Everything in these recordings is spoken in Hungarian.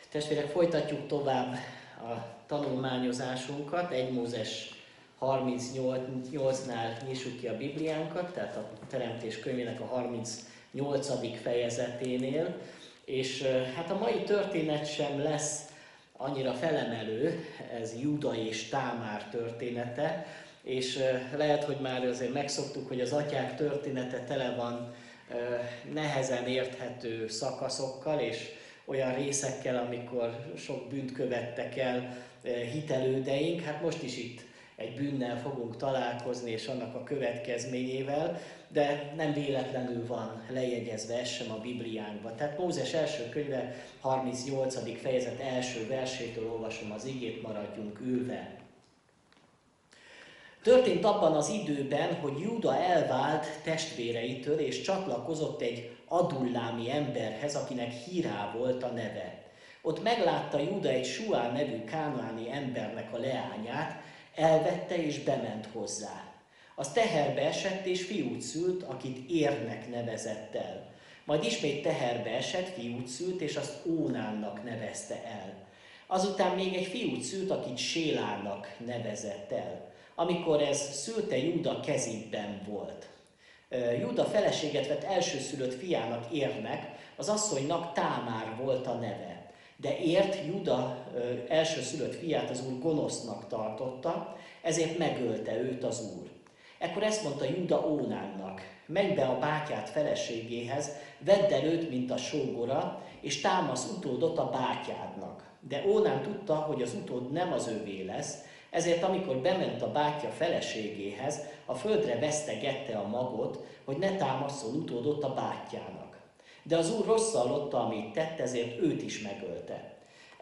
Testvérek, folytatjuk tovább a tanulmányozásunkat. 1 Mózes 38-nál nyissuk ki a Bibliánkat, tehát a Teremtés könyvének a 38. fejezeténél. És hát a mai történet sem lesz annyira felemelő, ez Júda és Támár története, és lehet, hogy már azért megszoktuk, hogy az atyák története tele van nehezen érthető szakaszokkal, és olyan részekkel, amikor sok bűnt követtek el hitelődeink. Hát most is itt egy bűnnel fogunk találkozni, és annak a következményével, de nem véletlenül van lejegyezve ez sem a Bibliánkban. Tehát Mózes első könyve 38. fejezet első versétől olvasom az igét, maradjunk ülve. Történt abban az időben, hogy Júda elvált testvéreitől, és csatlakozott egy adullámi emberhez, akinek Hírá volt a neve. Ott meglátta Júda egy Suál nevű kánaáni embernek a leányát, elvette és bement hozzá. Az teherbe esett és fiút szült, akit Érnek nevezett el. Majd ismét teherbe esett, fiút szült, és azt Ónánnak nevezte el. Azután még egy fiút szült, akit Sélának nevezett el. Amikor ez szülte, Júda kezében volt. Júda feleséget vett elsőszülött fiának, Érnek, az asszonynak Támár volt a neve. De Ért Júda elsőszülött fiát az Úr gonosznak tartotta, ezért megölte őt az Úr. Ekkor ezt mondta Júda Ónánnak: menj be a bátyád feleségéhez, vedd el őt, mint a sógora, és támasz utódot a bátyádnak. De Ónán tudta, hogy az utód nem az övé lesz, ezért amikor bement a bátyja feleségéhez, a földre vesztegette a magot, hogy ne támasszon utódot a bátyjának. De az Úr rosszallotta, amit tett, ezért őt is megölte.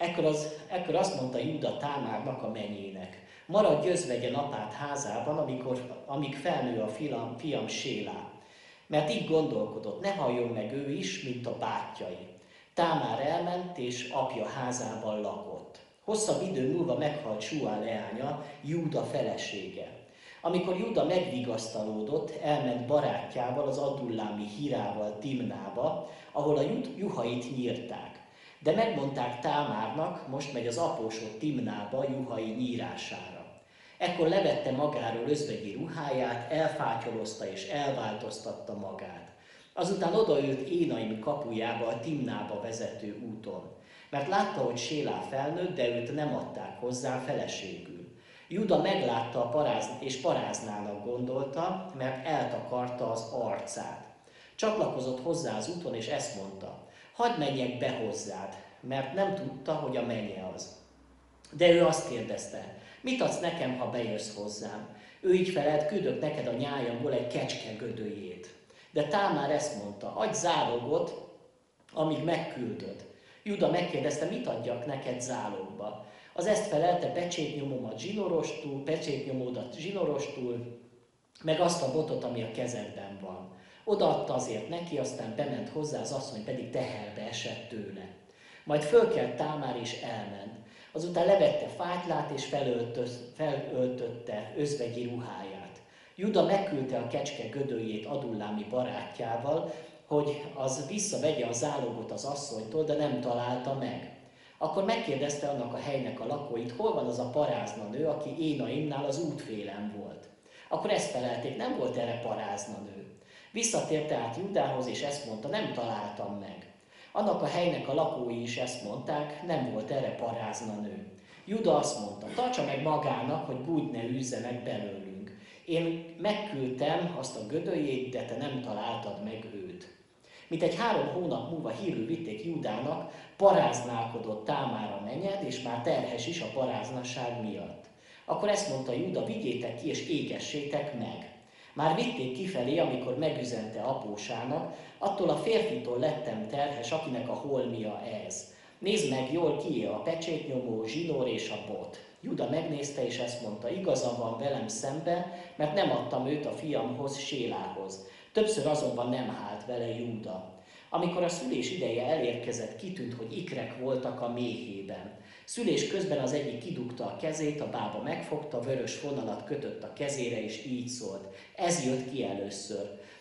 Ekkor azt mondta Júda Támárnak, a menjének: maradj özvegyen apád házában, amíg felnő a fiam Sélá. Mert így gondolkodott, ne halljon meg ő is, mint a bátyjai. Támár elment, és apja házában lakott. Hosszabb idő múlva meghalt Suál leánya, Júda felesége. Amikor Júda megvigasztalódott, elment barátjával, az adullámi Hírával Timnába, ahol a juhait nyírták. De megmondták Támárnak, most megy az apósod Timnába juhai nyírására. Ekkor levette magáról özvegyi ruháját, elfátyolozta és elváltoztatta magát. Azután odaült Énaim kapujába, a Timnába vezető úton. Mert látta, hogy Sélá felnőtt, de őt nem adták hozzá feleségül. Júda meglátta és paráznának gondolta, mert eltakarta az arcát. Csatlakozott hozzá az úton, és ezt mondta: hadd menjek be hozzád, mert nem tudta, hogy a menye az. De ő azt kérdezte: mit adsz nekem, ha bejössz hozzám? Ő így felelt: küldök neked a nyájamból egy kecske gödöjét. De Támár ezt mondta: adj zálogot, amíg megküldöd. Júda megkérdezte: mit adjak neked zálogba? Az ezt felelte: pecsétnyomódat zsinórostul, meg azt a botot, ami a kezedben van. Odaadta azért neki, aztán bement hozzá, az asszony pedig teherbe esett tőle. Majd fölkelt Támár és elment. Azután levette fátylát és felöltötte özvegyi ruháját. Júda megküldte a kecske gödöjét adullámi barátjával, hogy az visszavegye a zálogot az asszonytól, de nem találta meg. Akkor megkérdezte annak a helynek a lakóit, hol van az a parázna nő, aki Énaimnál az útfélen volt. Akkor ezt felelték: nem volt erre parázna nő. Visszatért tehát Júdához, és ezt mondta: nem találtam meg. Annak a helynek a lakói is ezt mondták: nem volt erre parázna nő. Júda azt mondta: tartsa meg magának, hogy bújt ne üzzenek belőlünk. Én megküldtem azt a gödöjét, de te nem találtad meg őt. Mintegy 3 hónap múlva hírül vitték Júdának: paráználkodott Támár a menyed, és már terhes is a paráznaság miatt. Akkor ezt mondta Júda: vigyétek ki és égessétek meg. Már vitték kifelé, amikor megüzente apósának: attól a férfitól lettem terhes, akinek a holmia ez. Nézd meg jól, kié a pecsétnyomó, zsinór és a bot. Júda megnézte, és ezt mondta: igaza van velem szemben, mert nem adtam őt a fiamhoz, Sélához. Többször azonban nem hált vele Júda. Amikor a szülés ideje elérkezett, kitűnt, hogy ikrek voltak a méhében. Szülés közben az egyik kidugta a kezét, a bába megfogta, vörös fonalat kötött a kezére, és így szólt: ez jött ki először.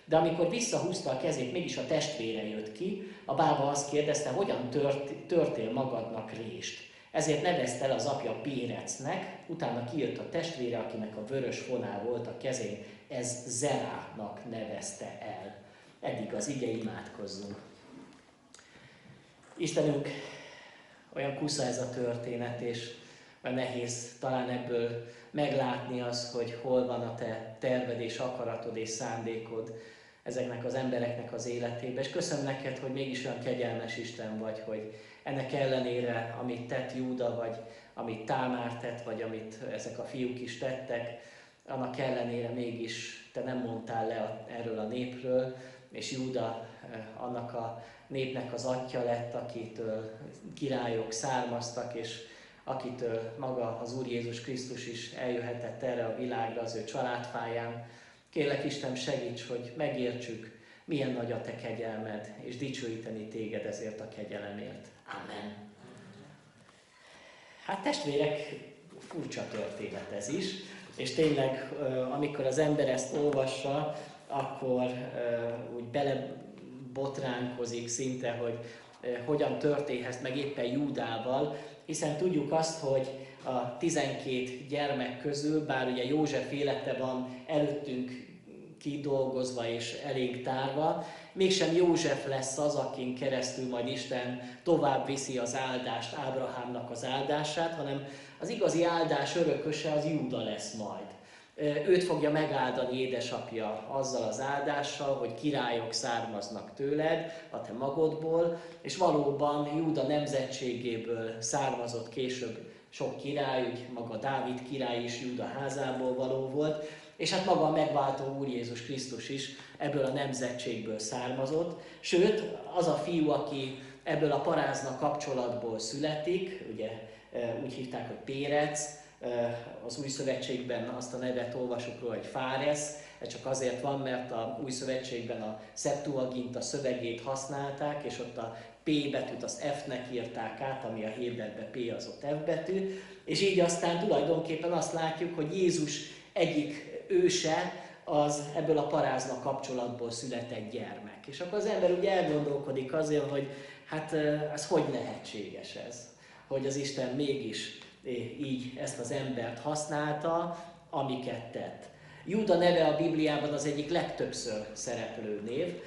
De amikor visszahúzta a kezét, mégis a testvére jött ki, a bába azt kérdezte, hogyan törtél magadnak rést. Ezért nevezte el az apja Pérecnek, utána kijött a testvére, akinek a vörös fonál volt a kezén, ez Zerának nevezte el. Eddig az ige, imádkozzunk. Istenünk, olyan kusza ez a történet, és olyan nehéz talán ebből meglátni az, hogy hol van a te terved és akaratod és szándékod ezeknek az embereknek az életében. És köszönöm neked, hogy mégis olyan kegyelmes Isten vagy, hogy ennek ellenére, amit tett Júda, vagy amit Támár tett, vagy amit ezek a fiúk is tettek, annak ellenére mégis te nem mondtál le erről a népről, és Júda annak a népnek az atya lett, akitől királyok származtak, és akitől maga az Úr Jézus Krisztus is eljöhetett erre a világra az ő családfáján. Kérlek Isten, segíts, hogy megértsük, milyen nagy a te kegyelmed, és dicsőíteni téged ezért a kegyelemért. Amen. Hát testvérek, furcsa történet ez is, és tényleg, amikor az ember ezt olvassa, akkor úgy belebotránkozik szinte, hogy hogyan történhet meg éppen Júdával, hiszen tudjuk azt, hogy a 12 gyermek közül, bár ugye József élete van előttünk kidolgozva és elég tárva, mégsem József lesz az, akin keresztül majd Isten tovább viszi az áldást, Ábrahámnak az áldását, hanem az igazi áldás örököse az Júda lesz majd. Őt fogja megáldani édesapja azzal az áldással, hogy királyok származnak tőled, a te magodból, és valóban Júda nemzetségéből származott később sok király, úgy maga Dávid király is Júda házából való volt, és hát maga a megváltó Úr Jézus Krisztus is ebből a nemzetségből származott. Sőt, az a fiú, aki ebből a parázna kapcsolatból születik, ugye úgy hívták, hogy Pérec, az Új Szövetségben azt a nevet olvasjuk róla, hogy Fáresz, ez csak azért van, mert a Új Szövetségben a Septuaginta szövegét használták, és ott a P betűt az F-nek írták át, ami a Héberben P az ott F betű, és így aztán tulajdonképpen azt látjuk, hogy Jézus egyik őse az ebből a parázna kapcsolatból született gyermek. És akkor az ember ugye elgondolkodik azért, hogy hát ez hogy lehetséges ez, hogy az Isten mégis így ezt az embert használta, amiket tett. Júda neve a Bibliában az egyik legtöbbször szereplő név,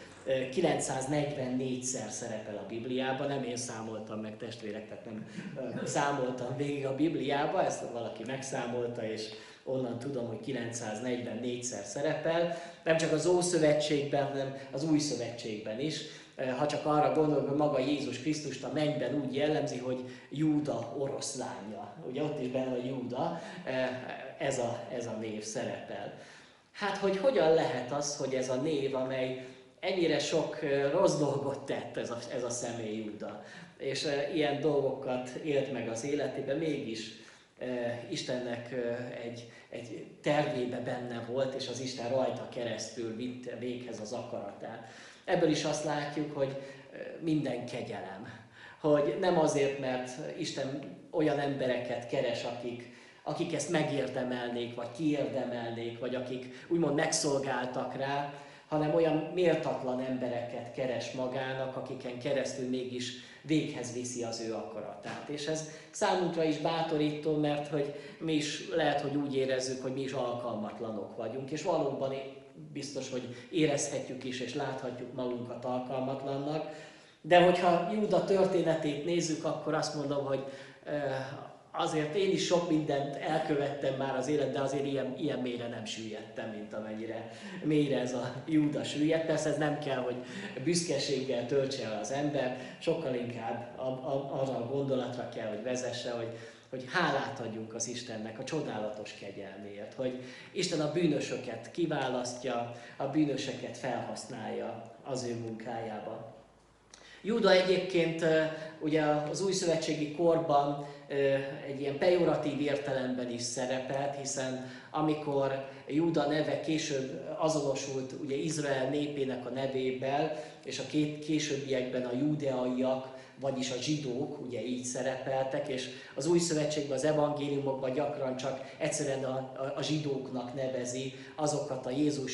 944-szer szerepel a Bibliában, nem én számoltam meg, testvérek, tehát nem számoltam végig a Bibliába, ezt valaki megszámolta, és onnan tudom, hogy 944-szer szerepel, nem csak az Ószövetségben, hanem az Új Szövetségben is. Ha csak arra gondolok, hogy maga Jézus Krisztust a mennyben úgy jellemzi, hogy Júda oroszlánja. Ugye ott is benne a Júda, ez a név szerepel. Hát, hogy hogyan lehet az, hogy ez a név, amely ennyire sok rossz dolgot tett ez a személy Júda, és ilyen dolgokat élt meg az életében, mégis Istennek egy tervébe benne volt, és az Isten rajta keresztül vitte véghez az akaratát. Ebből is azt látjuk, hogy minden kegyelem. Hogy nem azért, mert Isten olyan embereket keres, akik ezt megérdemelnék, vagy kiérdemelnék, vagy akik úgymond megszolgáltak rá, hanem olyan méltatlan embereket keres magának, akiken keresztül mégis véghez viszi az ő akaratát. És ez számunkra is bátorító, mert hogy mi is lehet, hogy úgy érezzük, hogy mi is alkalmatlanok vagyunk, és valóban biztos, hogy érezhetjük is, és láthatjuk magunkat alkalmatlannak. De hogyha Júda történetét nézzük, akkor azt mondom, hogy azért én is sok mindent elkövettem már az élet, de azért ilyen mélyre nem süllyedtem, mint amennyire mélyre ez a Júda süllyedt. Persze ez nem kell, hogy büszkeséggel töltse el az ember, sokkal inkább arra a gondolatra kell, hogy vezesse, hogy hálát adjunk az Istennek a csodálatos kegyelméért, hogy Isten a bűnösöket kiválasztja, a bűnösöket felhasználja az ő munkájában. Júda egyébként ugye az újszövetségi korban egy ilyen pejoratív értelemben is szerepelt, hiszen amikor Júda neve később azonosult ugye Izrael népének a nevével, és a későbbiekben a júdeaiak, vagyis a zsidók ugye így szerepeltek, és az új szövetségben, az evangéliumokban gyakran csak egyszerűen a zsidóknak nevezi azokat a Jézus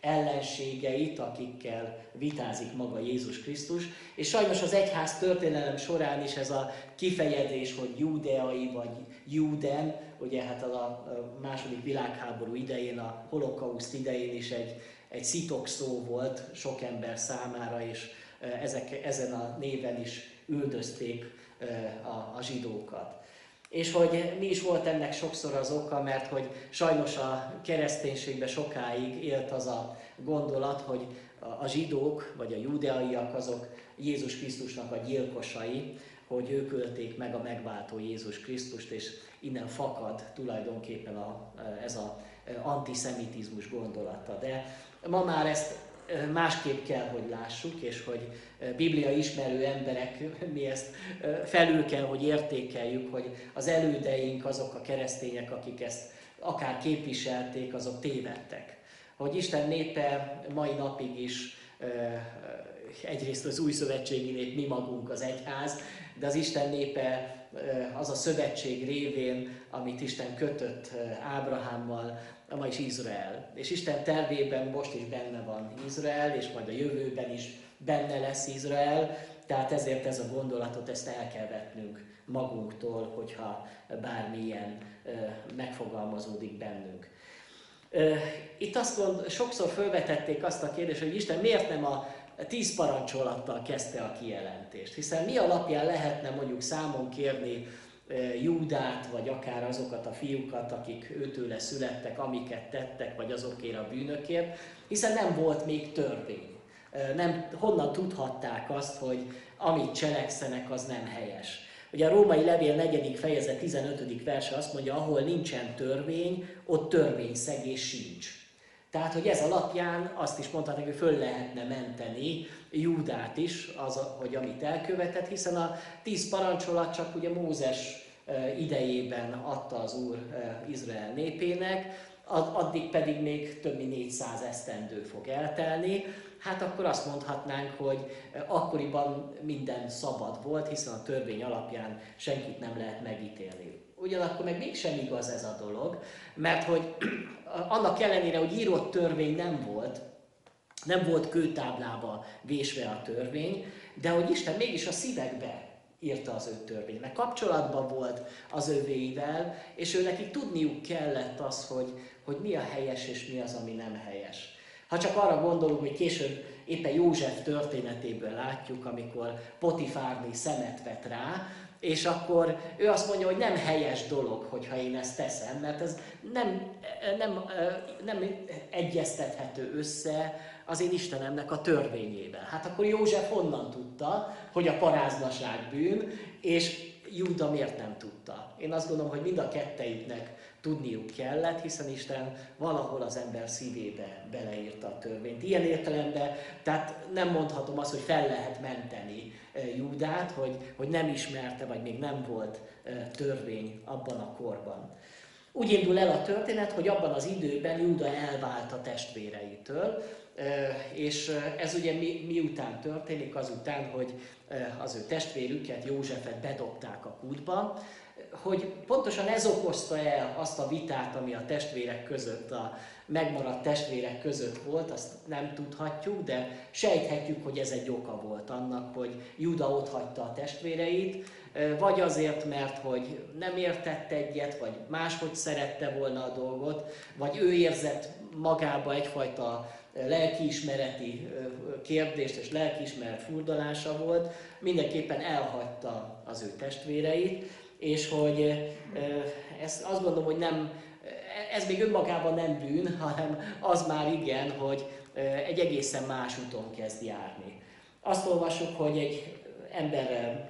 ellenségeit, akikkel vitázik maga Jézus Krisztus. És sajnos az egyház történelem során is ez a kifejezés, hogy júdeai vagy júden, ugye hát a második világháború idején, a holokauszt idején is egy szitokszó volt sok ember számára, és ezen a néven is üldözték a zsidókat. És hogy mi is volt ennek sokszor az oka, mert hogy sajnos a kereszténységben sokáig élt az a gondolat, hogy a zsidók vagy a júdeaiak azok Jézus Krisztusnak a gyilkosai, hogy ők ölték meg a megváltó Jézus Krisztust, és innen fakad tulajdonképpen ez az antiszemitizmus gondolata. De ma már ezt másképp kell, hogy lássuk, és hogy Biblia ismerő emberek, mi ezt felül kell, hogy értékeljük, hogy az elődeink, azok a keresztények, akik ezt akár képviselték, azok tévedtek. Hogy Isten népe mai napig is, egyrészt az új szövetségi nép, mi magunk az egyház, de az Isten népe az a szövetség révén, amit Isten kötött Ábrahámmal, ma is Izrael. És Isten tervében most is benne van Izrael, és majd a jövőben is benne lesz Izrael, tehát ezért ez a gondolatot, ezt el kell vetnünk magunktól, hogyha bármilyen megfogalmazódik bennünk. Itt sokszor felvetették azt a kérdést, hogy Isten miért nem a 10 parancsolattal kezdte a kijelentést, hiszen mi alapján lehetne mondjuk számon kérni Júdát, vagy akár azokat a fiúkat, akik őtőle születtek, amiket tettek, vagy azokért a bűnökért, hiszen nem volt még törvény. Honnan tudhatták azt, hogy amit cselekszenek, az nem helyes. Ugye a Római Levél 4. fejezet 15. verse azt mondja, ahol nincsen törvény, ott törvényszegés sincs. Tehát, hogy ez alapján azt is mondhatnak, hogy föl lehetne menteni Júdát is, hogy amit elkövetett, hiszen a 10 parancsolat csak ugye Mózes idejében adta az Úr Izrael népének, addig pedig még több mint 400 esztendő fog eltelni. Hát akkor azt mondhatnánk, hogy akkoriban minden szabad volt, hiszen a törvény alapján senkit nem lehet megítélni. Ugyanakkor meg mégsem igaz ez a dolog, mert hogy annak ellenére, hogy írott törvény nem volt kőtáblába vésve a törvény, de hogy Isten mégis a szívekbe írta az ő törvényt, mert kapcsolatban volt az övéivel, és ő nekik tudniuk kellett az, hogy mi a helyes és mi az, ami nem helyes. Ha csak arra gondolunk, hogy később éppen József történetéből látjuk, amikor Potifárné szemet vet rá, és akkor ő azt mondja, hogy nem helyes dolog, hogyha én ezt teszem, mert ez nem egyeztethető össze az én Istenemnek a törvényével. Hát akkor József honnan tudta, hogy a paráznaság bűn, és Júda miért nem tudta? Én azt gondolom, hogy mind a kettejüknek tudniuk kellett, hiszen Isten valahol az ember szívébe beleírta a törvényt. Ilyen értelemben, tehát nem mondhatom azt, hogy fel lehet menteni Júdát, hogy nem ismerte, vagy még nem volt törvény abban a korban. Úgy indul el a történet, hogy abban az időben Júda elvált a testvéreitől, és ez ugye miután történik, azután, hogy az ő testvérüket, Józsefet bedobták a kútba, hogy pontosan ez okozta el azt a vitát, ami a testvérek között, a megmaradt testvérek között volt, azt nem tudhatjuk, de sejthetjük, hogy ez egy oka volt annak, hogy Júda otthagyta a testvéreit, vagy azért, mert hogy nem értett egyet, vagy máshogy szerette volna a dolgot, vagy ő érzett magába egyfajta lelkiismereti kérdést és lelkiismeret furdalása volt, mindenképpen elhagyta az ő testvéreit, és hogy ezt azt gondolom, hogy ez még önmagában nem bűn, hanem az már igen, hogy egy egészen más úton kezd járni. Azt olvassuk, hogy egy emberrel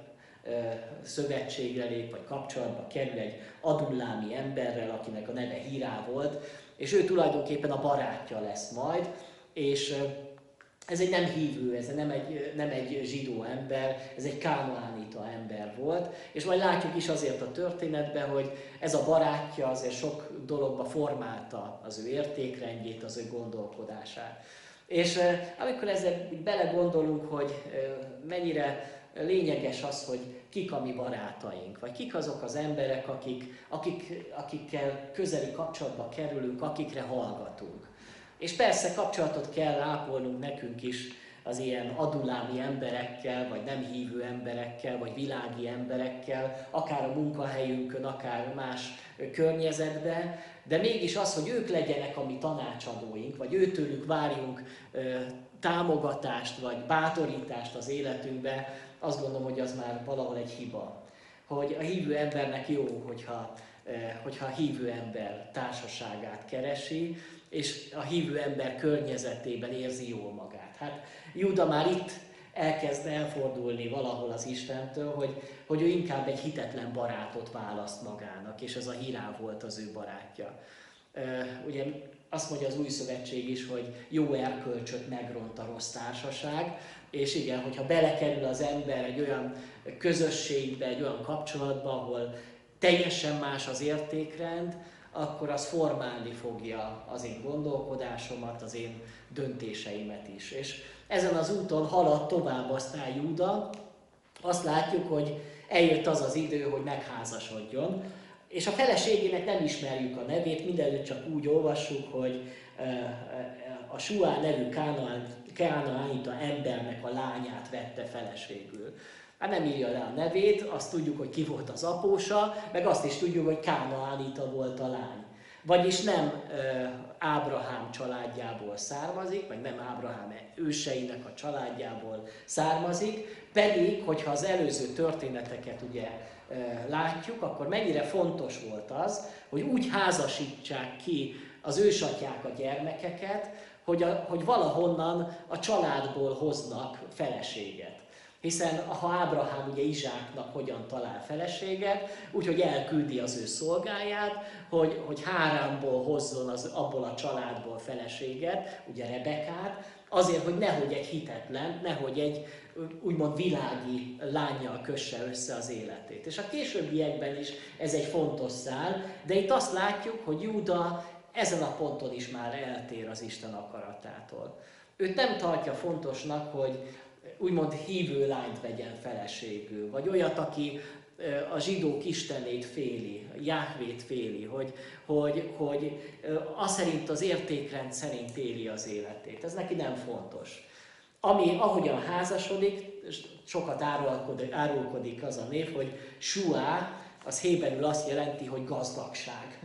szövetségre lép, vagy kapcsolatba kerül egy adullámi emberrel, akinek a neve Hírá volt, és ő tulajdonképpen a barátja lesz majd, és ez egy nem hívő, ez nem egy zsidó ember, ez egy kánaánita ember volt, és majd látjuk is azért a történetben, hogy ez a barátja azért sok dologba formálta az ő értékrendjét, az ő gondolkodását. És amikor ezzel belegondolunk, hogy mennyire lényeges az, hogy kik a mi barátaink, vagy kik azok az emberek, akikkel közeli kapcsolatba kerülünk, akikre hallgatunk. És persze kapcsolatot kell ápolnunk nekünk is az ilyen adullámi emberekkel, vagy nem hívő emberekkel, vagy világi emberekkel, akár a munkahelyünkön, akár más környezetben, de mégis az, hogy ők legyenek a mi tanácsadóink, vagy őtőlük várjunk támogatást, vagy bátorítást az életünkbe, azt gondolom, hogy az már valahol egy hiba. Hogy a hívő embernek jó, hogyha a hívő ember társaságát keresi, és a hívő ember környezetében érzi jól magát. Hát Júda már itt elkezd elfordulni valahol az Istentől, hogy ő inkább egy hitetlen barátot választ magának, és ez a Hirám volt az ő barátja. Ugye azt mondja az Új Szövetség is, hogy jó erkölcsöt megront a rossz társaság, és igen, hogyha belekerül az ember egy olyan közösségbe, egy olyan kapcsolatba, ahol teljesen más az értékrend, akkor az formálni fogja az én gondolkodásomat, az én döntéseimet is. És ezen az úton halad tovább aztán Júda. Azt látjuk, hogy eljött az az idő, hogy megházasodjon, és a feleségének nem ismerjük a nevét, mindenütt csak úgy olvassuk, hogy a Suá nevű kánaánita embernek a lányát vette feleségül. Hát nem írja le a nevét, azt tudjuk, hogy ki volt az apósa, meg azt is tudjuk, hogy kánaánita volt a lány. Vagyis nem Ábrahám családjából származik, meg nem Ábrahám őseinek a családjából származik, pedig, hogyha az előző történeteket ugye látjuk, akkor mennyire fontos volt az, hogy úgy házasítsák ki az ősatyák a gyermekeket, hogy valahonnan a családból hoznak feleséget. Hiszen ha Ábrahám ugye Izsáknak hogyan talál feleséget, úgyhogy elküldi az ő szolgáját, hogy Hárámból hozzon abból a családból feleséget, ugye Rebekát, azért, hogy nehogy egy hitetlen, nehogy egy úgymond világi lánnyal kösse össze az életét. És a későbbiekben is ez egy fontos szál, de itt azt látjuk, hogy Júda ezen a ponton is már eltér az Isten akaratától. Őt nem tartja fontosnak, hogy úgymond hívő lányt vegyen feleségül, vagy olyat, aki a zsidók istenét féli, Jáhvét féli, hogy az szerint, az értékrend szerint éli az életét. Ez neki nem fontos. Ahogyan házasodik, sokat árulkodik az a név, hogy Suá, az héberül azt jelenti, hogy gazdagság.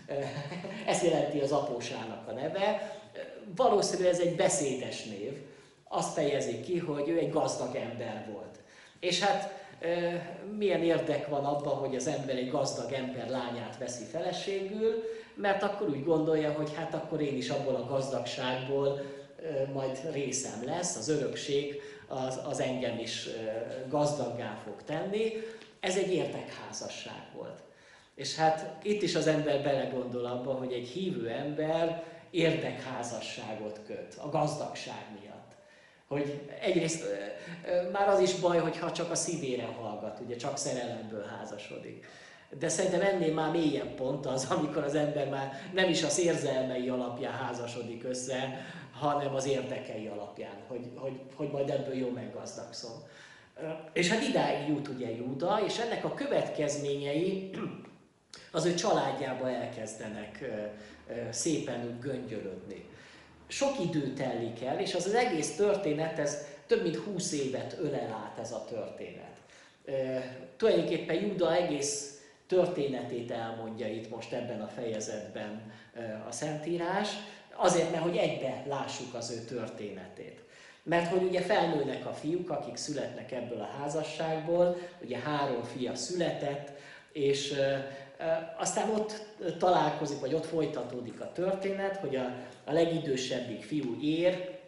Ez jelenti az apósának a neve. Valószínűleg ez egy beszédes név. Azt fejezi ki, hogy ő egy gazdag ember volt. És hát milyen érdek van abban, hogy az ember egy gazdag ember lányát veszi feleségül, mert akkor úgy gondolja, hogy hát akkor én is abból a gazdagságból majd részem lesz, az örökség az engem is gazdaggá fog tenni. Ez egy érdekházasság volt. És hát itt is az ember belegondol abba, hogy egy hívő ember érdekházasságot köt a gazdagság miatt. Hogy egyrészt már az is baj, hogyha csak a szívére hallgat, ugye csak szerelemből házasodik. De szerintem ennél már mélyebb pont az, amikor az ember már nem is az érzelmei alapján házasodik össze, hanem az érdekei alapján, hogy majd ebből jól meggazdagszom. És hát idáig jut ugye Júda, és ennek a következményei az ő családjába elkezdenek szépen göngyölödni. Sok idő telik el, és az egész történet, ez több mint 20 évet ölel át ez a történet. Tulajdonképpen Júda egész történetét elmondja itt most ebben a fejezetben a Szentírás, azért, mert hogy egybe lássuk az ő történetét. Mert hogy ugye felnőnek a fiúk, akik születnek ebből a házasságból, ugye 3 fia született, és aztán ott találkozik, vagy ott folytatódik a történet, hogy a legidősebbik fiú ér,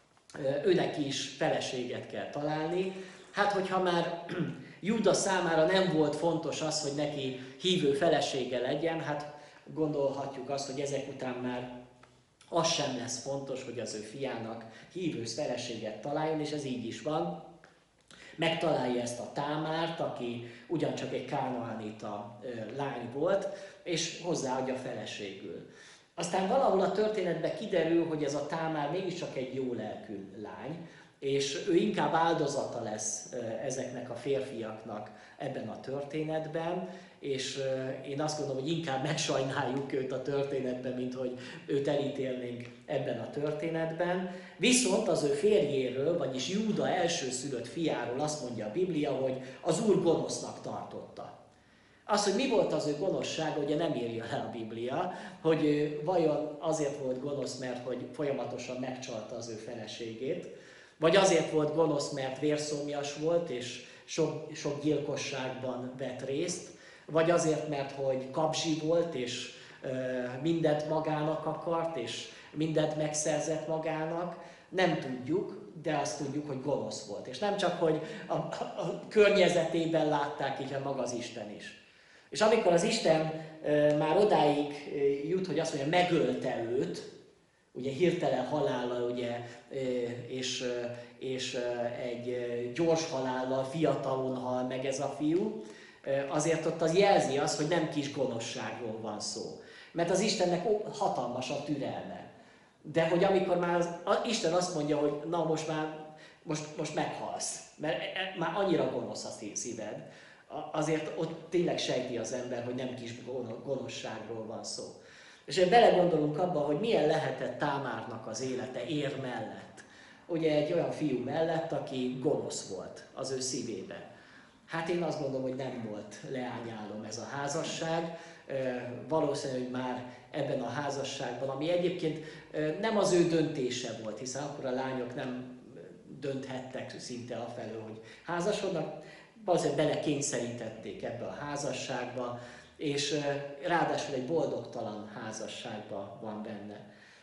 őnek is feleséget kell találni. Hát, hogyha már Júda számára nem volt fontos az, hogy neki hívő felesége legyen, hát gondolhatjuk azt, hogy ezek után már az sem lesz fontos, hogy az ő fiának hívő feleséget találjon, és ez így is van. Megtalálja ezt a Támárt, aki ugyancsak egy kánaánita lány volt, és hozzáadja feleségül. Aztán valahol a történetben kiderül, hogy ez a Támár mégiscsak egy jó lelkű lány, és ő inkább áldozata lesz ezeknek a férfiaknak ebben a történetben, és én azt gondolom, hogy inkább megsajnáljuk őt a történetben, mint hogy őt elítélnénk ebben a történetben. Viszont az ő férjéről, vagyis Júda elsőszülött fiáról azt mondja a Biblia, hogy az Úr gonosznak tartotta. Az, hogy mi volt az ő gonoszsága, ugye nem írja le a Biblia, hogy ő vajon azért volt gonosz, mert hogy folyamatosan megcsalta az ő feleségét, vagy azért volt gonosz, mert vérszomjas volt, és sok gyilkosságban vett részt, vagy azért, mert hogy kapzsi volt, és mindent magának akart, és mindent megszerzett magának. Nem tudjuk, de azt tudjuk, hogy gonosz volt. És nem csak, hogy a környezetében látták így, hanem maga az Isten is. És amikor az Isten már odáig jut, hogy azt mondja, megölte őt, ugye hirtelen halállal, ugye, és egy gyors halállal, fiatalon hal meg ez a fiú, azért ott az jelzi azt, hogy nem kis gonoszságról van szó. Mert az Istennek hatalmas a türelme. De hogy amikor már Isten azt mondja, hogy na most meghalsz, mert már annyira gonosz a szíved, azért ott tényleg sejti az ember, hogy nem kis gonoszságról van szó. És belegondolunk abba, hogy milyen lehetett Támárnak az élete ér mellett. Ugye egy olyan fiú mellett, aki gonosz volt az ő szívében. Hát én azt gondolom, hogy nem volt leányálom ez a házasság. Valószínű, hogy már ebben a házasságban, ami egyébként nem az ő döntése volt, hiszen akkor a lányok nem dönthettek szinte afelől, hogy házasodnak, valószínűleg belekényszerítették ebbe a házasságba, és ráadásul egy boldogtalan házasságban van benne.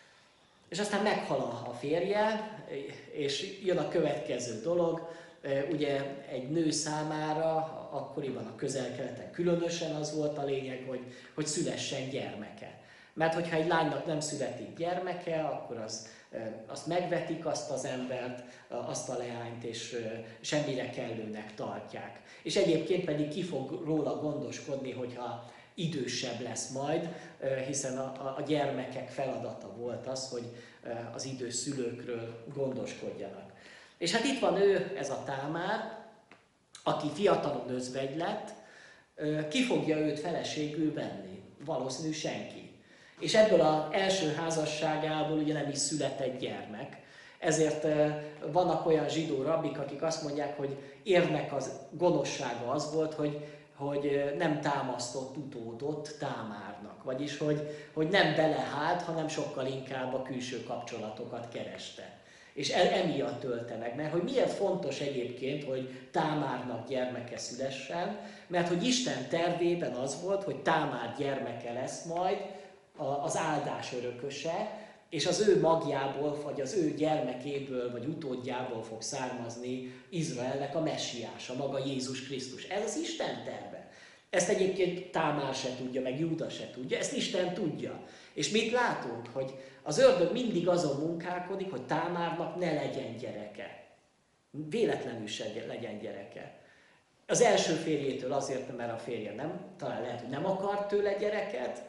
És aztán meghal a férje, és jön a következő dolog, ugye egy nő számára, akkoriban a Közel-Keleten különösen az volt a lényeg, hogy szülessen gyermeke. Mert hogyha egy lánynak nem születik gyermeke, akkor azt megvetik azt az embert, azt a leányt, és semmire kellőnek tartják. És egyébként pedig ki fog róla gondoskodni, hogyha idősebb lesz majd, hiszen a gyermekek feladata volt az, hogy az idős szülőkről gondoskodjanak. És hát itt van ő, ez a Támár, aki fiatalon özvegy lett, ki fogja őt feleségül venni? Valószínű senki. És ebből az első házasságából ugye nem is született gyermek. Ezért vannak olyan zsidó rabbik, akik azt mondják, hogy érnek az gonoszsága az volt, hogy nem támasztott utódot Támárnak. Vagyis, hogy nem belehált, hanem sokkal inkább a külső kapcsolatokat kereste. És emiatt ölte meg. Mert hogy miért fontos egyébként, hogy Támárnak gyermeke szülessen? Mert hogy Isten tervében az volt, hogy Támár gyermeke lesz majd az áldás örököse, és az ő magjából, vagy az ő gyermekéből, vagy utódjából fog származni Izraelnek a messiása, maga Jézus Krisztus. Ez az Isten terve. Ezt egyébként Támár se tudja, meg Júda se tudja, ezt Isten tudja. És mit látunk? Hogy az ördög mindig azon munkálkodik, hogy Támárnak ne legyen gyereke. Véletlenül se legyen gyereke. Az első férjétől azért, mert a férje talán lehet, hogy nem akart tőle gyereket,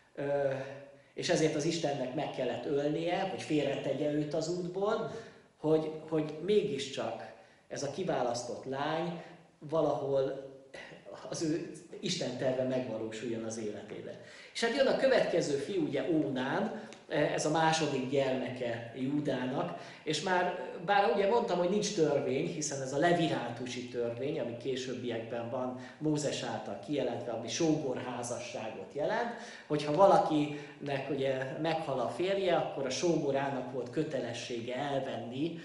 és ezért az Istennek meg kellett ölnie, hogy félretegye őt az útból, hogy mégiscsak ez a kiválasztott lány valahol az ő Isten terve megvalósuljon az életében. És hát jön a következő fiú, ugye Ónán, ez a második gyermeke Júdának, és bár ugye mondtam, hogy nincs törvény, hiszen ez a levirátusi törvény, ami későbbiekben van Mózes által kijelentve, ami sógorházasságot jelent, hogyha valakinek ugye meghal a férje, akkor a sógorának volt kötelessége elvenni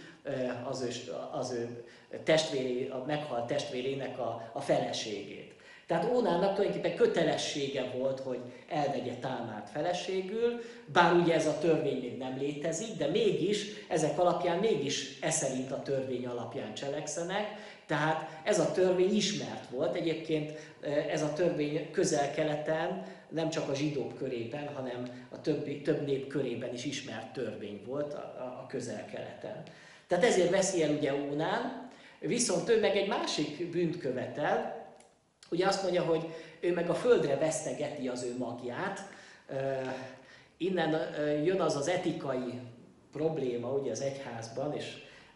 az ő a meghalt testvérének a feleségét. Tehát Ónának tulajdonképpen kötelessége volt, hogy elvegye Támárt feleségül, bár ugye ez a törvény még nem létezik, de mégis ezek alapján mégis szerint a törvény alapján cselekszenek, tehát ez a törvény ismert volt. Egyébként ez a törvény Közel-Keleten, nem csak a zsidók körében, hanem a több nép körében is ismert törvény volt a Közel-Keleten. Tehát ezért veszi el ugye Ónán, viszont ő meg egy másik bűnt követel. Ugye azt mondja, hogy ő meg a földre vesztegeti az ő magját. Innen jön az etikai probléma ugye az egyházban, és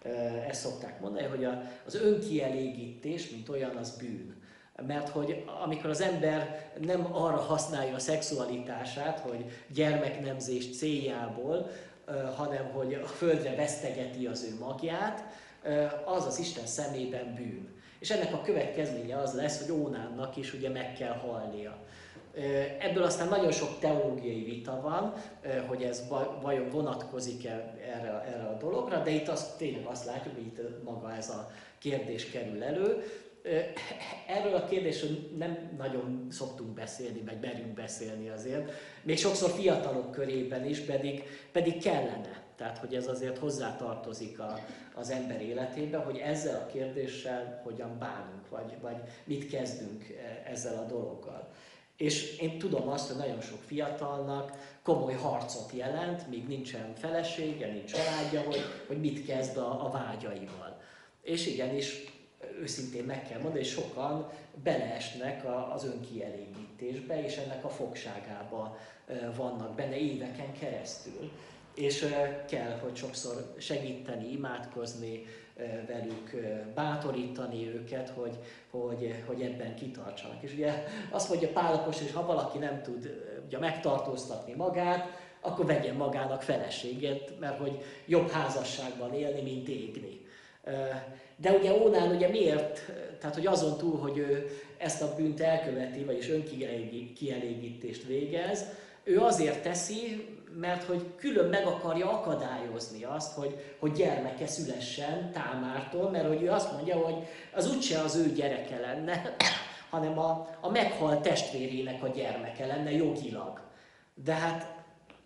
ezt szokták mondani, hogy az önkielégítés, mint olyan, az bűn. Mert hogy amikor az ember nem arra használja a szexualitását, hogy gyermeknemzés céljából, hanem hogy a földre vesztegeti az ő magját, az az Isten szemében bűn. És ennek a következménye az lesz, hogy Ónánnak is ugye meg kell halnia. Ebből aztán nagyon sok teológiai vita van, hogy ez vajon vonatkozik-e erre a dologra, de itt tényleg azt látjuk, hogy itt maga ez a kérdés kerül elő. Erről a kérdésről nem nagyon szoktunk beszélni, vagy merünk beszélni azért, még sokszor fiatalok körében is, pedig kellene. Tehát, hogy ez azért hozzátartozik az ember életébe, hogy ezzel a kérdéssel hogyan bánunk, vagy mit kezdünk ezzel a dologgal. És én tudom azt, hogy nagyon sok fiatalnak komoly harcot jelent, míg nincsen felesége, nincs családja, hogy mit kezd a vágyaival. És igenis, őszintén meg kell mondani, hogy sokan beleesnek az önkielégítésbe, és ennek a fogságába vannak benne éveken keresztül. És kell, hogy sokszor segíteni, imádkozni velük, bátorítani őket, hogy ebben kitartsanak. És ugye azt mondja Pál apostol, hogy ha valaki nem tud ugye, megtartóztatni magát, akkor vegyen magának feleséget, mert hogy jobb házasságban élni, mint égni. De ugye Ónán ugye miért, tehát hogy azon túl, hogy ő ezt a bűnt elköveti, vagyis önkielégítést végez, ő azért teszi, mert hogy külön meg akarja akadályozni azt, hogy gyermeke szülessen Támártól, mert hogy ő azt mondja, hogy az úgyse az ő gyereke lenne, hanem a meghalt testvérének a gyermeke lenne jogilag. De hát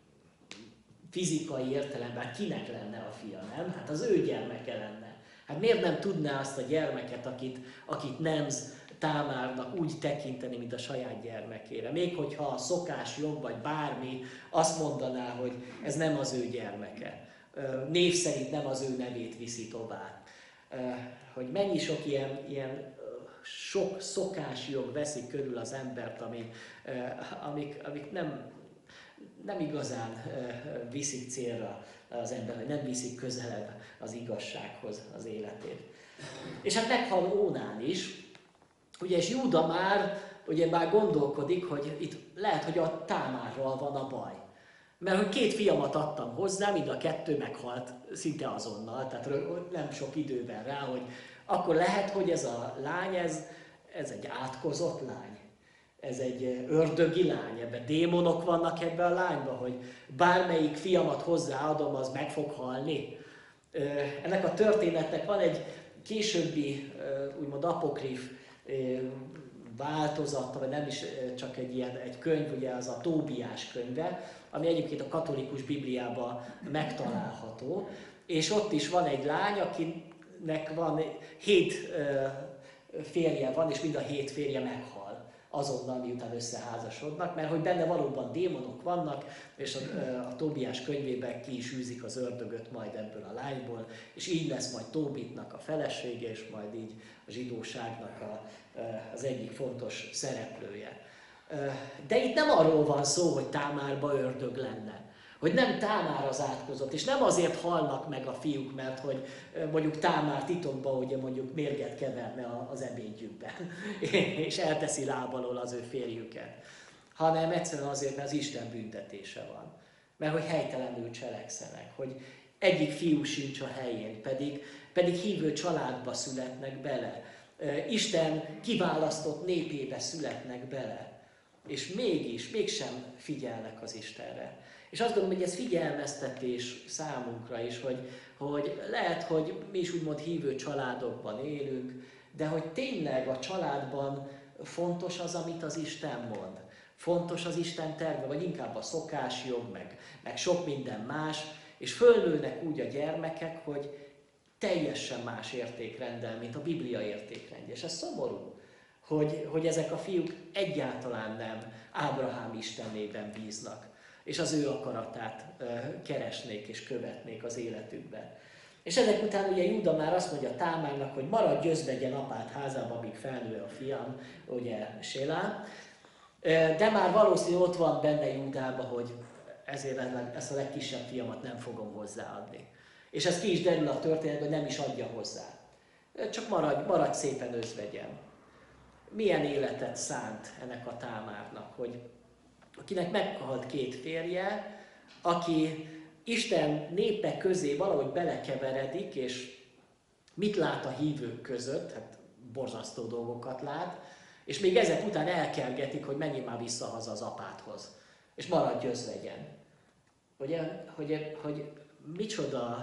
fizikai értelemben kinek lenne a fia, nem? Hát az ő gyermeke lenne. Hát miért nem tudná azt a gyermeket, akit nemz Támárnak úgy tekinteni, mint a saját gyermekére? Még hogyha a szokásjog vagy bármi azt mondaná, hogy ez nem az ő gyermeke. Név szerint nem az ő nevét viszi tovább. Hogy mennyi sok ilyen sok szokásjog veszik körül az embert, amik nem igazán viszik célra az ember, hogy nem viszik közelebb az igazsághoz az életét. És hát meghal Ónán is, ugye, és Júda már gondolkodik, hogy itt lehet, hogy a Támárral van a baj. Mert hogy 2 fiamat adtam hozzá, mind a 2 meghalt szinte azonnal, tehát nem sok időben rá, hogy akkor lehet, hogy ez a lány, ez egy átkozott lány. Ez egy ördögi lány, ebben démonok vannak ebben a lányban, hogy bármelyik fiamat hozzáadom, az meg fog halni. Ennek a történetnek van egy későbbi, úgymond apokrif változata, vagy nem is csak egy könyv, ugye az a Tóbiás könyve, ami egyébként a katolikus Bibliában megtalálható, és ott is van egy lány, akinek van 7 férje van, és mind a 7 férje meghal azonnal, miután összeházasodnak, mert hogy benne valóban démonok vannak, és a Tóbiás könyvében ki is űzik az ördögöt majd ebből a lányból, és így lesz majd Tóbitnak a felesége, és majd így a zsidóságnak az egyik fontos szereplője. De itt nem arról van szó, hogy Támárba ördög lenne. Hogy nem Támár az átkozott, és nem azért halnak meg a fiúk, mert hogy mondjuk Támár titokban ugye mondjuk mérget keverne az ebédjükben, és elteszi láb alól az ő férjüket, hanem egyszerűen azért, mert az Isten büntetése van. Mert hogy helytelenül cselekszenek, hogy egyik fiú sincs a helyén, pedig hívő családba születnek bele. Isten kiválasztott népébe születnek bele, és mégsem figyelnek az Istenre. És azt gondolom, hogy ez figyelmeztetés számunkra is, hogy lehet, hogy mi is úgymond hívő családokban élünk, de hogy tényleg a családban fontos az, amit az Isten mond. Fontos az Isten terve, vagy inkább a szokásjog, meg sok minden más, és fölnőnek úgy a gyermekek, hogy teljesen más értékrenddel, mint a Biblia értékrendje. És ez szomorú, hogy ezek a fiúk egyáltalán nem Ábrahám Istenében bíznak, és az ő akaratát keresnék és követnék az életükben. És ezek után ugye Júda már azt mondja Támárnak, hogy maradj, özvegyen apád házába, amíg felnő a fiam, ugye Sélá. De már valószínűleg ott van benne Júdában, hogy ezért ezt a legkisebb fiamat nem fogom hozzáadni. És ez ki is derül a történetben, nem is adja hozzá. Csak maradj szépen özvegyen. Milyen életet szánt ennek a Támárnak, hogy akinek meghalt két férje, aki Isten népe közé valahogy belekeveredik, és mit lát a hívők között? Hát borzasztó dolgokat lát, és még ezek után elkergetik, hogy menjél már vissza haza az apádhoz, és maradj özvegyen. Hogy micsoda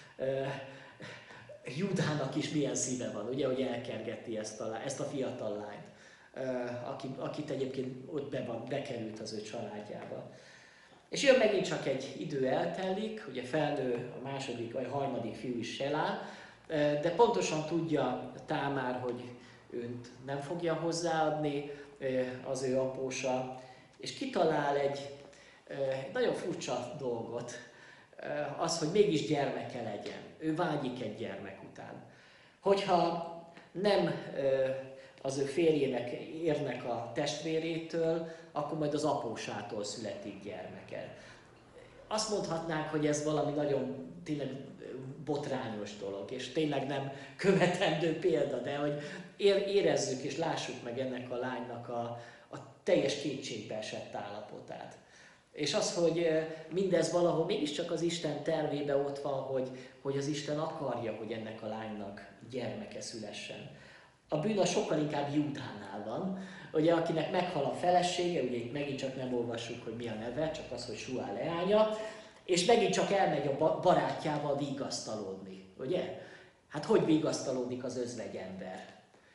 Júdának is milyen szíve van, ugye, hogy elkergeti ezt a fiatal lányt, akit egyébként ott bekerült az ő családjába. És jön megint csak egy idő eltelik, ugye felnő a második vagy harmadik fiú is Selá, de pontosan tudja Támár, hogy őt nem fogja hozzáadni az ő apósa, és kitalál egy nagyon furcsa dolgot, az, hogy mégis gyermeke legyen. Ő vágyik egy gyermek után. Hogyha nem az ő férjének érnek a testvérétől, akkor majd az apósától születik gyermeke. Azt mondhatnánk, hogy ez valami nagyon tényleg botrányos dolog, és tényleg nem követendő példa, de hogy érezzük és lássuk meg ennek a lánynak a teljes kétségbe esett állapotát. És az, hogy mindez valahol mégiscsak az Isten tervébe ott van, hogy az Isten akarja, hogy ennek a lánynak gyermeke szülessen. A bűn sokkal inkább Júdánál van, ugye, akinek meghal a felesége, ugye itt megint csak nem olvassuk, hogy mi a neve, csak az, hogy Suá leánya, és megint csak elmegy a barátjával vigasztalódni, ugye? Hát hogy vigasztalódik az özvegyember?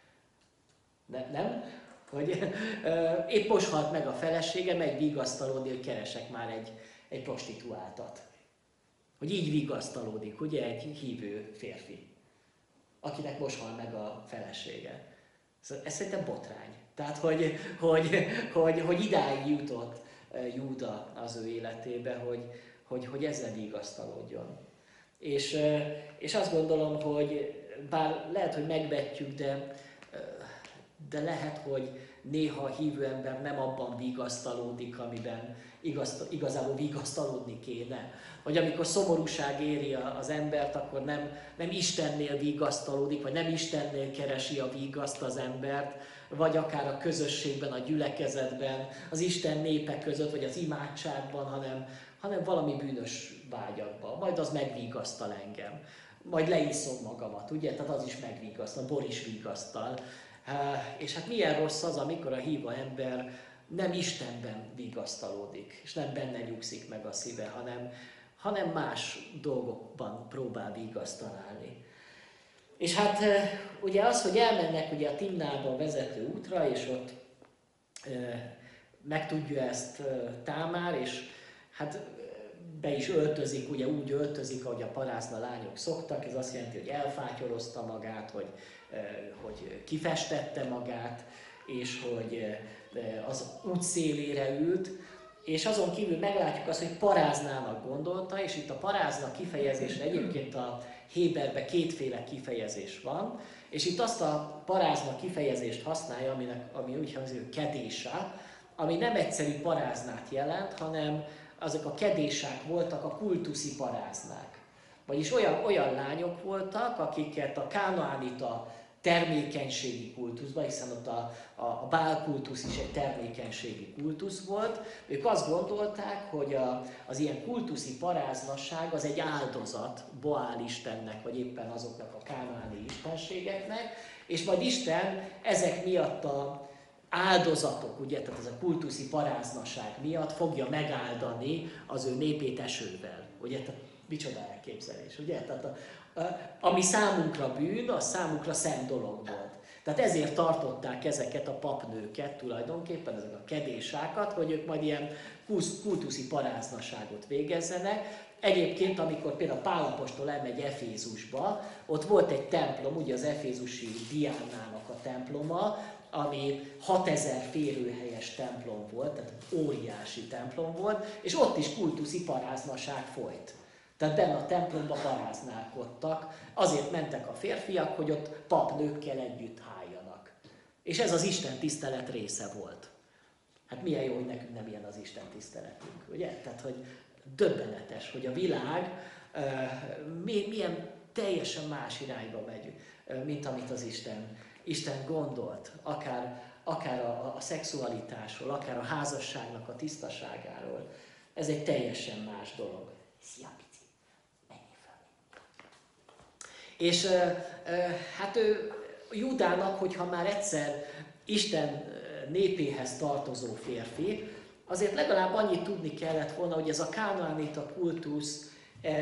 Nem? Hogy épp most halt meg a felesége, megy vigasztalódni, hogy keresek már egy prostituáltat. Hogy így vigasztalódik, ugye, egy hívő férfi, akinek most hal meg a felesége. Ez szerintem botrány. Tehát, hogy idáig jutott Júda az ő életébe, hogy ezzel vigasztalódjon. És azt gondolom, hogy bár lehet, hogy megvetjük, de lehet, hogy néha a hívő ember nem abban vigasztalódik, amiben igazából vigasztalódni kéne. Vagy amikor szomorúság éri az embert, akkor nem Istennél vigasztalódik, vagy nem Istennél keresi a vigaszt az embert, vagy akár a közösségben, a gyülekezetben, az Isten népe között, vagy az imádságban, hanem valami bűnös vágyakban. Majd az megvigasztal engem. Majd leiszom magamat, ugye? Tehát az is megvigasztal, bor is vigasztal. És hát milyen rossz az, amikor a hívő ember nem Istenben vigasztalódik, és nem benne nyugszik meg a szíve, hanem más dolgokban próbál vigaszt találni. És hát ugye az, hogy elmennek ugye a Timnába vezető útra, és ott megtudja ezt Támár, és hát be is öltözik, ugye úgy öltözik, ahogy a parázna lányok szoktak, ez azt jelenti, hogy elfátyorozta magát, hogy kifestette magát, és hogy az út szélére ült, és azon kívül meglátjuk azt, hogy paráznának gondolta, és itt a parázna kifejezésre egyébként a Héberben kétféle kifejezés van, és itt azt a parázna kifejezést használja, ami úgy hangzik, hogy kedésá, ami nem egyszerű paráznát jelent, hanem azok a kedésák voltak a kultuszi paráznák. Vagyis olyan lányok voltak, akiket a kánaánita termékenységi kultuszban, hiszen ott a Bál kultusz is egy termékenységi kultusz volt, ők azt gondolták, hogy az ilyen kultuszi paráznasság az egy áldozat Boál istennek, vagy éppen azoknak a kánaáni istenségeknek, és majd Isten ezek miatt a áldozatok, ugye, tehát ez a kultuszi paráznaság miatt fogja megáldani az ő népét esővel. Ugye, tehát micsoda elképzelés, ugye? Tehát ami számunkra bűn, az számunkra szent dolog volt. Tehát ezért tartották ezeket a papnőket tulajdonképpen, ezek a kedésákat, hogy ők majd ilyen kultuszi paráznaságot végezzenek. Egyébként, amikor például Pál apostol elmegy Efézusba, ott volt egy templom, ugye az efézusi Diánának a temploma, ami 6000 férőhelyes templom volt, tehát óriási templom volt, és ott is kultuszi paráznaság folyt. Tehát benne a templomba paráználkodtak, azért mentek a férfiak, hogy ott papnőkkel együtt háljanak. És ez az Isten tisztelet része volt. Hát milyen jó, hogy nekünk nem ilyen az Isten tiszteletünk, ugye? Tehát, hogy döbbenetes, hogy a világ milyen teljesen más irányba megy, mint amit az Isten gondolt, akár a szexualitásról, akár a házasságnak a tisztaságáról. Ez egy teljesen más dolog. Szia, pici! Menjél fel! És hát Júdának, hogyha már egyszer Isten népéhez tartozó férfi, azért legalább annyit tudni kellett volna, hogy ez a kánaánita kultusz,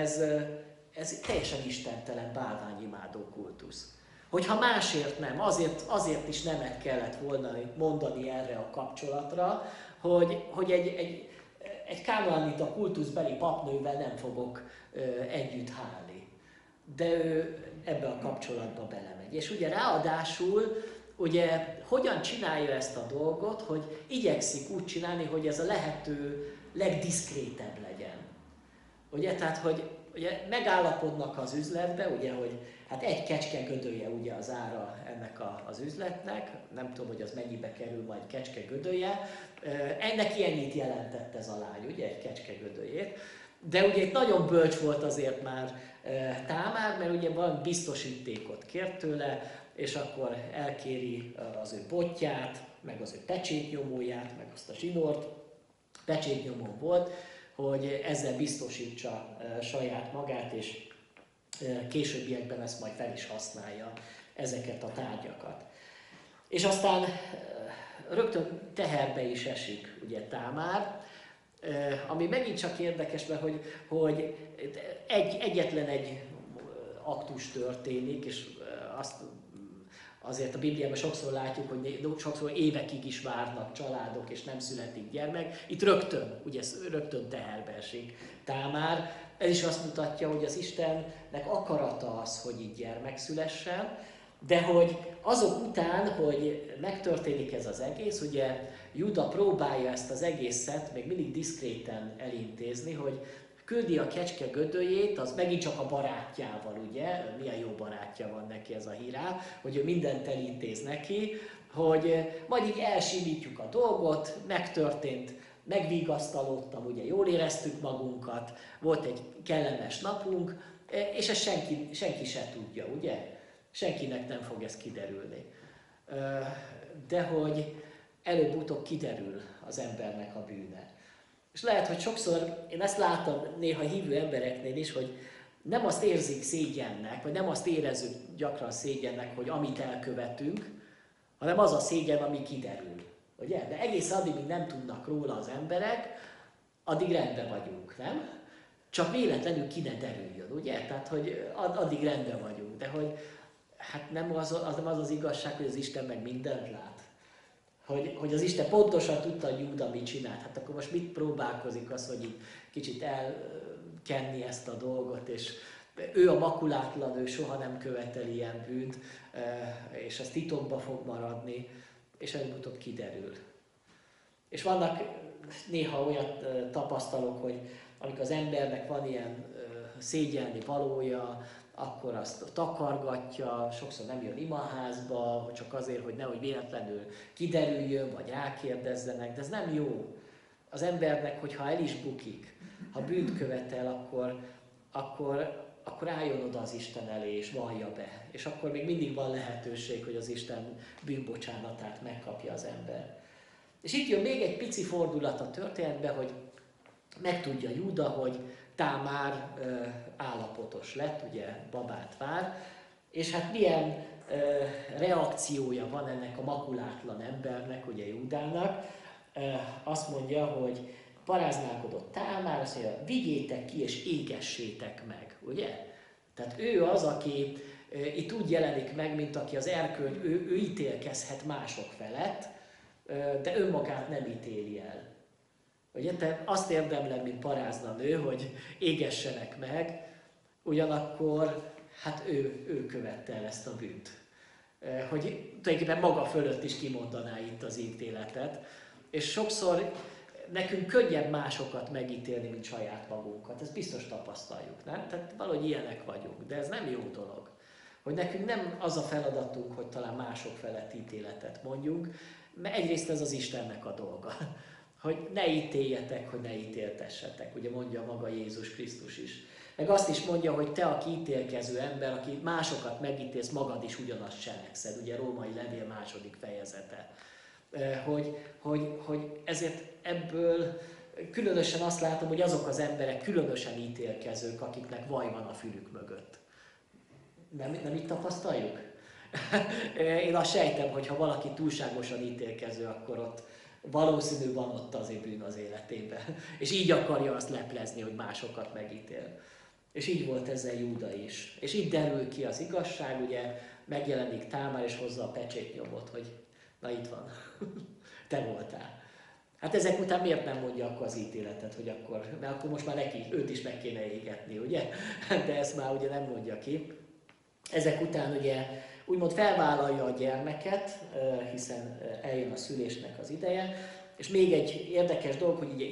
ez teljesen istentelen bálványimádó kultusz. Hogyha másért nem, azért is nemet kellett volna mondani erre a kapcsolatra, hogy egy kánaánita kultuszbeli papnővel nem fogok együtt hálni. De ő ebbe a kapcsolatba belemegy. És ugye ráadásul, ugye hogyan csinálja ezt a dolgot, hogy igyekszik úgy csinálni, hogy ez a lehető legdiszkrétebb legyen. Ugye, tehát, hogy ugye megállapodnak az üzletbe, ugye, hogy hát egy kecske gödöje ugye az ára ennek az üzletnek, nem tudom, hogy az mennyibe kerül majd kecske gödöje, ennek ilyennyit jelentett ez a lány, ugye, egy kecske gödöjét. De ugye itt nagyon bölcs volt azért már Támár, mert ugye valami biztosítékot kért tőle, és akkor elkéri az ő botját, meg az ő pecsétnyomóját, meg azt a zsinort, pecsétnyomó volt, hogy ezzel biztosítsa saját magát, és későbbiekben ezt majd fel is használja, ezeket a tárgyakat. És aztán rögtön teherbe is esik ugye Támár, ami megint csak érdekes, mert hogy egyetlen egy aktus történik, és azért a Bibliában sokszor látjuk, hogy sokszor évekig is várnak családok, és nem születik gyermek. Itt rögtön teherbe esik Támár. Ez is azt mutatja, hogy az Istennek akarata az, hogy itt gyermek szülessen, de hogy azok után, hogy megtörténik ez az egész, ugye Júda próbálja ezt az egészet még mindig diszkréten elintézni, hogy küldi a kecske gödöjét, az megint csak a barátjával, ugye, milyen jó barátja van neki ez a Hírá, hogy ő mindent elintéz neki, hogy majd így elsimítjuk a dolgot, megtörtént, megvigasztalódtam, ugye jól éreztük magunkat, volt egy kellemes napunk, és ezt senki se tudja, ugye? Senkinek nem fog ez kiderülni. De hogy előbb-utóbb kiderül az embernek a bűne. És lehet, hogy sokszor, én ezt látom néha hívő embereknél is, hogy nem azt érzik szégyennek, vagy nem azt érezzük gyakran szégyennek, hogy amit elkövetünk, hanem az a szégyen, ami kiderül. Ugye? De egészen addig, míg nem tudnak róla az emberek, addig rendben vagyunk, nem? Csak véletlenül ki ne derüljön, ugye? Tehát, hogy addig rendben vagyunk, de hogy hát nem az igazság, hogy az Isten meg mindent lát. Hogy az Isten pontosan tudta, hogy Júda mit csinált. Hát akkor most mit próbálkozik az, hogy így kicsit elkenni ezt a dolgot, és ő a makulátlan, ő soha nem követel ilyen bűnt, és ez titokba fog maradni, és előbb-utóbb kiderül. És vannak néha olyan tapasztalok, hogy amikor az embernek van ilyen szégyelni valója, akkor azt takargatja, sokszor nem jön imaházba, csak azért, hogy nehogy véletlenül kiderüljön, vagy rákérdezzenek, de ez nem jó. Az embernek, hogyha el is bukik, ha bűnt követel, akkor álljon oda az Isten elé, és vallja be. És akkor még mindig van lehetőség, hogy az Isten bűnbocsánatát megkapja az ember. És itt jön még egy pici fordulat a történetbe, hogy megtudja Júda, hogy Támár állapotos lett, ugye babát vár, és hát milyen reakciója van ennek a makulátlan embernek, ugye Júdának. Azt mondja, hogy paráználkodott Támár, azt mondja, vigyétek ki és égessétek meg, ugye? Tehát ő az, aki itt úgy jelenik meg, mint aki az erkölcs, ő ítélkezhet mások felett, de önmagát nem ítéli el. Ugye, te azt érdemlem, mint parázna nő, hogy égessenek meg, ugyanakkor hát ő követte el ezt a bűnt. Hogy tulajdonképpen maga fölött is kimondaná itt az ítéletet. És sokszor nekünk könnyebb másokat megítélni, mint saját magunkat. Ezt biztos tapasztaljuk, nem? Tehát valahogy ilyenek vagyunk, de ez nem jó dolog. Hogy nekünk nem az a feladatunk, hogy talán mások felett ítéletet mondjunk, mert egyrészt ez az Istennek a dolga. Hogy ne ítéljetek, hogy ne ítéltessetek, ugye mondja maga Jézus Krisztus is. Meg azt is mondja, hogy te, aki ítélkező ember, aki másokat megítélsz, magad is ugyanazt cselekszed. Ugye Római levél 2. fejezete. Hogy ezért ebből különösen azt látom, hogy azok az emberek különösen ítélkezők, akiknek vaj van a fülük mögött. Nem így tapasztaljuk? Én azt sejtem, hogy ha valaki túlságosan ítélkező, akkor ott valószínű van ott azért bűn az életében. És így akarja azt leplezni, hogy másokat megítél. És így volt ezzel Júda is. És így derül ki az igazság, ugye megjelenik Támár és hozza a pecsétnyomot, hogy na itt van, te voltál. Hát ezek után miért nem mondja akkor az ítéletet, hogy akkor, mert akkor most már neki, őt is meg kéne égetni, ugye? De ezt már ugye nem mondja ki. Ezek után ugye úgymond felvállalja a gyermeket, hiszen eljön a szülésnek az ideje, és még egy érdekes dolog, hogy ugye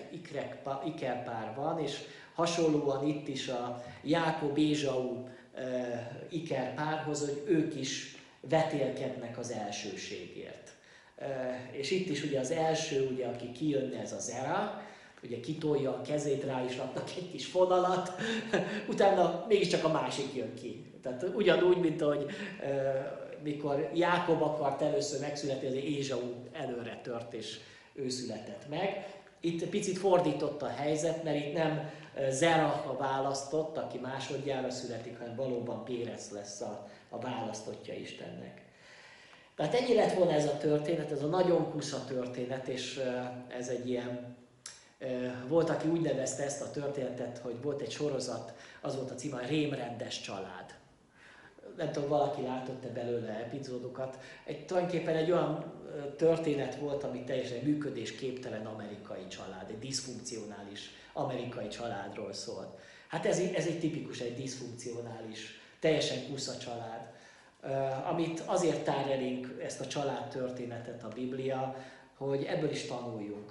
ikerpár van, és hasonlóan itt is a Jákob Ézsau ikerpárhoz, hogy ők is vetélkednek az elsőségért. És itt is ugye az első, ugye, aki kijönne, ez a Zera, ugye kitolja a kezét, rá is raknak egy kis fonalat, utána mégiscsak a másik jön ki. Tehát ugyanúgy, mint ahogy mikor Jákob akart először megszületni, az Ézsau előre tört, és ő született meg. Itt picit fordított a helyzet, mert itt nem Zerah választott, aki másodjára születik, hanem valóban Pérez lesz a választottja Istennek. Tehát ennyi lett volna ez a történet, ez a nagyon kusza történet, és ez egy ilyen, volt, aki úgy nevezte ezt a történetet, hogy volt egy sorozat, az volt a címe, a Rémrendes család. Nem tudom, valaki látott-e belőle epizódokat. Tulajdonképpen egy olyan történet volt, ami teljesen működésképtelen amerikai család, egy diszfunkcionális amerikai családról szólt. Hát ez egy tipikus, egy diszfunkcionális, teljesen kusza család. Amit azért tár elénk ezt a család történetet a Biblia, hogy ebből is tanuljunk,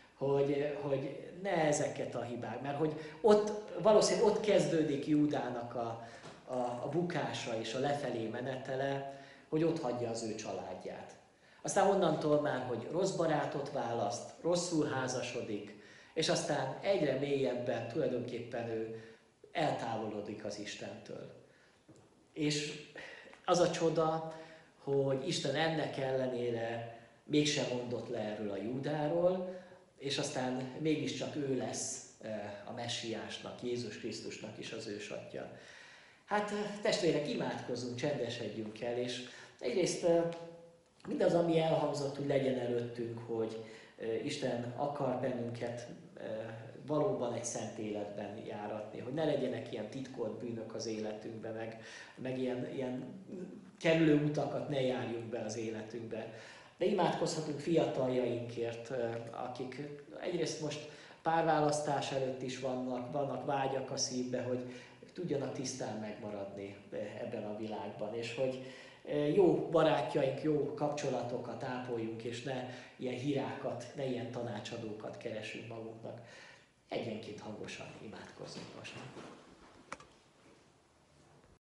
hogy ne ezeket a hibák, mert hogy valószínűleg ott kezdődik Júdának a bukása és a lefelé menetele, hogy ott hagyja az ő családját. Aztán onnantól már, hogy rossz barátot választ, rosszul házasodik, és aztán egyre mélyebben tulajdonképpen ő eltávolodik az Istentől. És az a csoda, hogy Isten ennek ellenére mégsem mondott le erről a Júdáról, és aztán mégiscsak ő lesz a messiásnak, Jézus Krisztusnak is az ősatja. Hát testvérek, imádkozzunk, csendesedjünk el, és egyrészt mindaz, ami elhangzott, hogy legyen előttünk, hogy Isten akar bennünket valóban egy szent életben járatni, hogy ne legyenek ilyen titkolt bűnök az életünkbe, meg ilyen kerülő utakat ne járjunk be az életünkbe. De imádkozhatunk fiataljainkért, akik egyrészt most párválasztás előtt is vannak vágyak a szívbe, hogy tudjanak tisztán megmaradni ebben a világban, és hogy jó barátjaink, jó kapcsolatokat ápoljunk, és ne ilyen hírákat, ne ilyen tanácsadókat keresünk magunknak. Egyenként hangosan imádkozzunk most.